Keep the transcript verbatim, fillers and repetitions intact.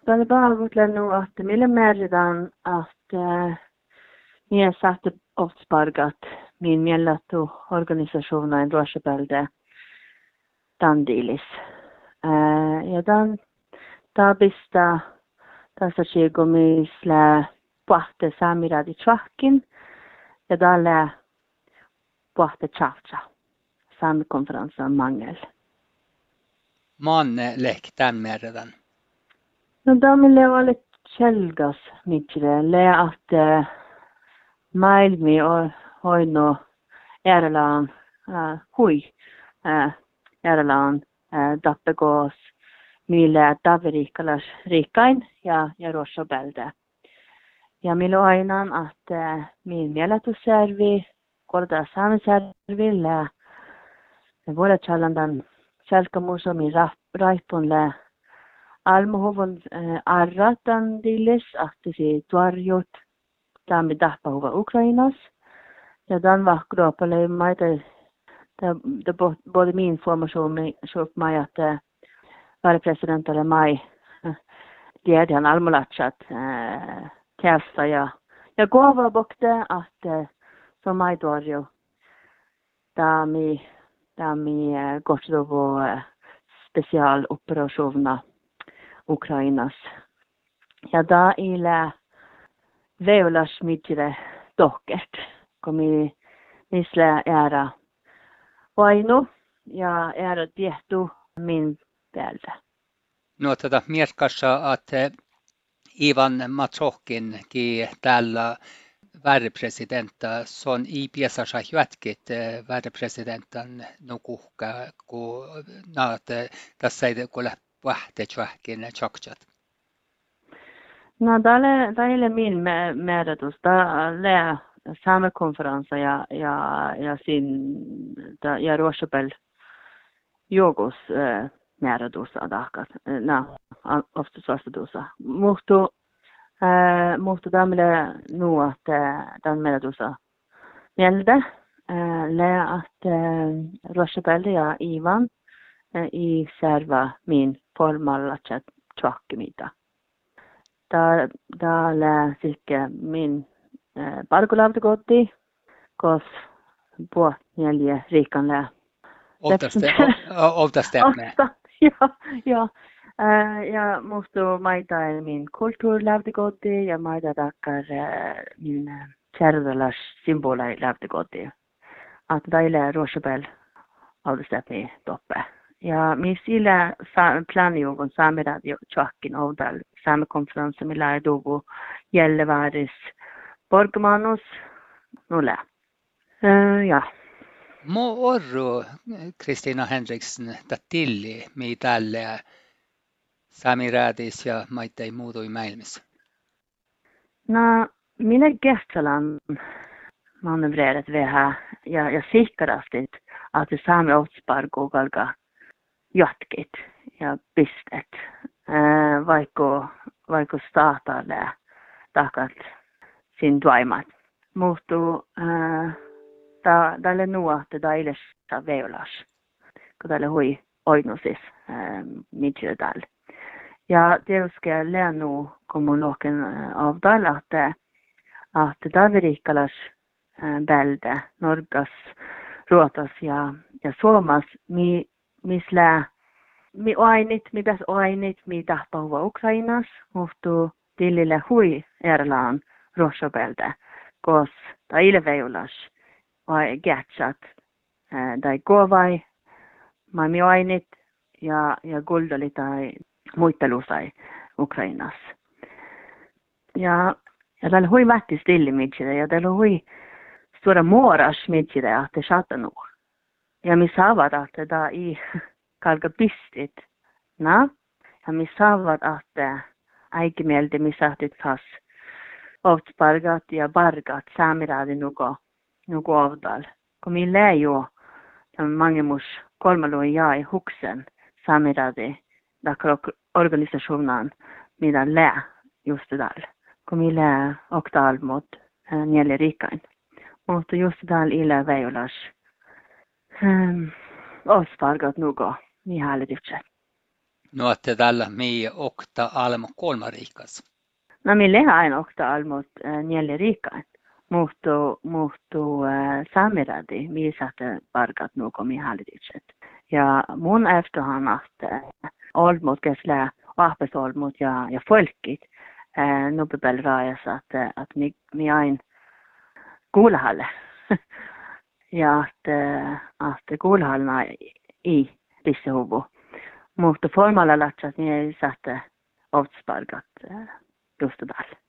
Tällä päivällä nu että millä määritään, että minä saattu opspargat min miellettu organisationen ruotsapelde tandilis. Ja tämän tabista tässä sigomisla puhte samiradi tjahkin ja tällä puhte tjahtsa saamikonferenssin mangel. Manne lek tämän määritään. No tämmöille oli selgas mitille, le att maailmi on hoino järjellään äh, hui äh, järjellään äh, tappegos millä taveriikkalas riikkain ja ja rossabältä. Ja millä aina että äh, min mielätysservi korda saamiservillä ja voida challandan selkämusomi raipunle almuhuvun äh, arratan dillis ahtisi tuarjut Tämä tahpahuva Ukrainas. Ja tämän vahkroopalle maita, det både min information så mig att varapresident eller mig det han almolatsat kästa ja ja gåva bokte att som mig då ju där mi där mi gått då på specialoperationer Ukrainas. Ja där ila Veulas mitire dokkert, kun mi misle ära vainu ja ära tietty min päältä. No tätä mietkassa, että Ivan Matsohkin ki tällä värrepresidenta son i piesassa jätkit värrepresidentan nukuhka ku naat tässä ei kuule pähte tjahkin tjaktjat. No tälle tälle min määrätys tälle samekonferenssa ja ja ja sin ja ruotsapel jogos määrätys adakas na ofta vastadusa muhtu eh muhtu tämmölle nu att den määrätys gällde le att ruotsapel ja Ivan i serva min formalla chat tjockmita. Da da lä sikke min eh parkulavde kotti kos po neljä rikan lä. Oltaste Ja ja eh ja mustu maita min kulturlavde kotti ja maita takkar min kärvelas symbolai lavde kotti. Att daile roshbel avstepi toppe. Ja misillä planioon saameradio tjahkin ovdal samekonferensen millä dogo Gällevaris Borgmanus nulla. Uh, ja. Mo orru Kristina Henriksson tatilli mi tälle saamiradis ja maittai muutui maailmassa. No minä Gestsalan manövrerat vähän ja ja sikkarastit att saame otspargo galga jatkit ja pistet. Äh, vaikka vaikka staatalle takat sin tuaimat. Muuttuu äh, ta tälle nuotte dailessa veulas. Kun tälle hui oinosis äh, mitjö tälle. Ja tietysti läännu kommunloken avtal att att Davirikalas äh, bälde Norgas ruotas ja ja Suomas mi misla mi ainit mi bäs ainit mi tahpahuva Ukrainas muhtuu tillille hui erlaan ruotsapeltä kos tai ilveulas vai gatsat tai kovai ma mi ainit ja ja guldali tai muittelusai Ukrainas ja ja tällä hui vähti stilli mitjide ja tällä hui stora moras mitjide att det satanu ja mi saavat att da i kalka pistit na ja mi saavat att aikimieltä mi saatit fas otspargat ja bargat saamiradi nuko nuko avdal kun mi läjo ja mangemus kolmaluin jäi huksen saamiradi dakar organisationen mitä lä just där kun mi lä oktal mot nielle rikain mutta just där illa veulas Um, Ospargat nugo, mi häällä No, että tällä mi okta almo kolmarikas. No, mi leha aina okta almot äh, nielle rikaan. Muhtuu, muhtuu äh, samiradi, mi saatte parkat nuukomi hallitukset. Ja mun efterhan att äh, olmut kesle ahpes olmut ja, ja folkit äh, nubebel raajas, att, äh, att mi, mi ain kuulahalle. ja att, äh, att kuulahallna i rissehuvu. Mutta formalla latsat, niin ei saatte otsparkat äh, just tällä.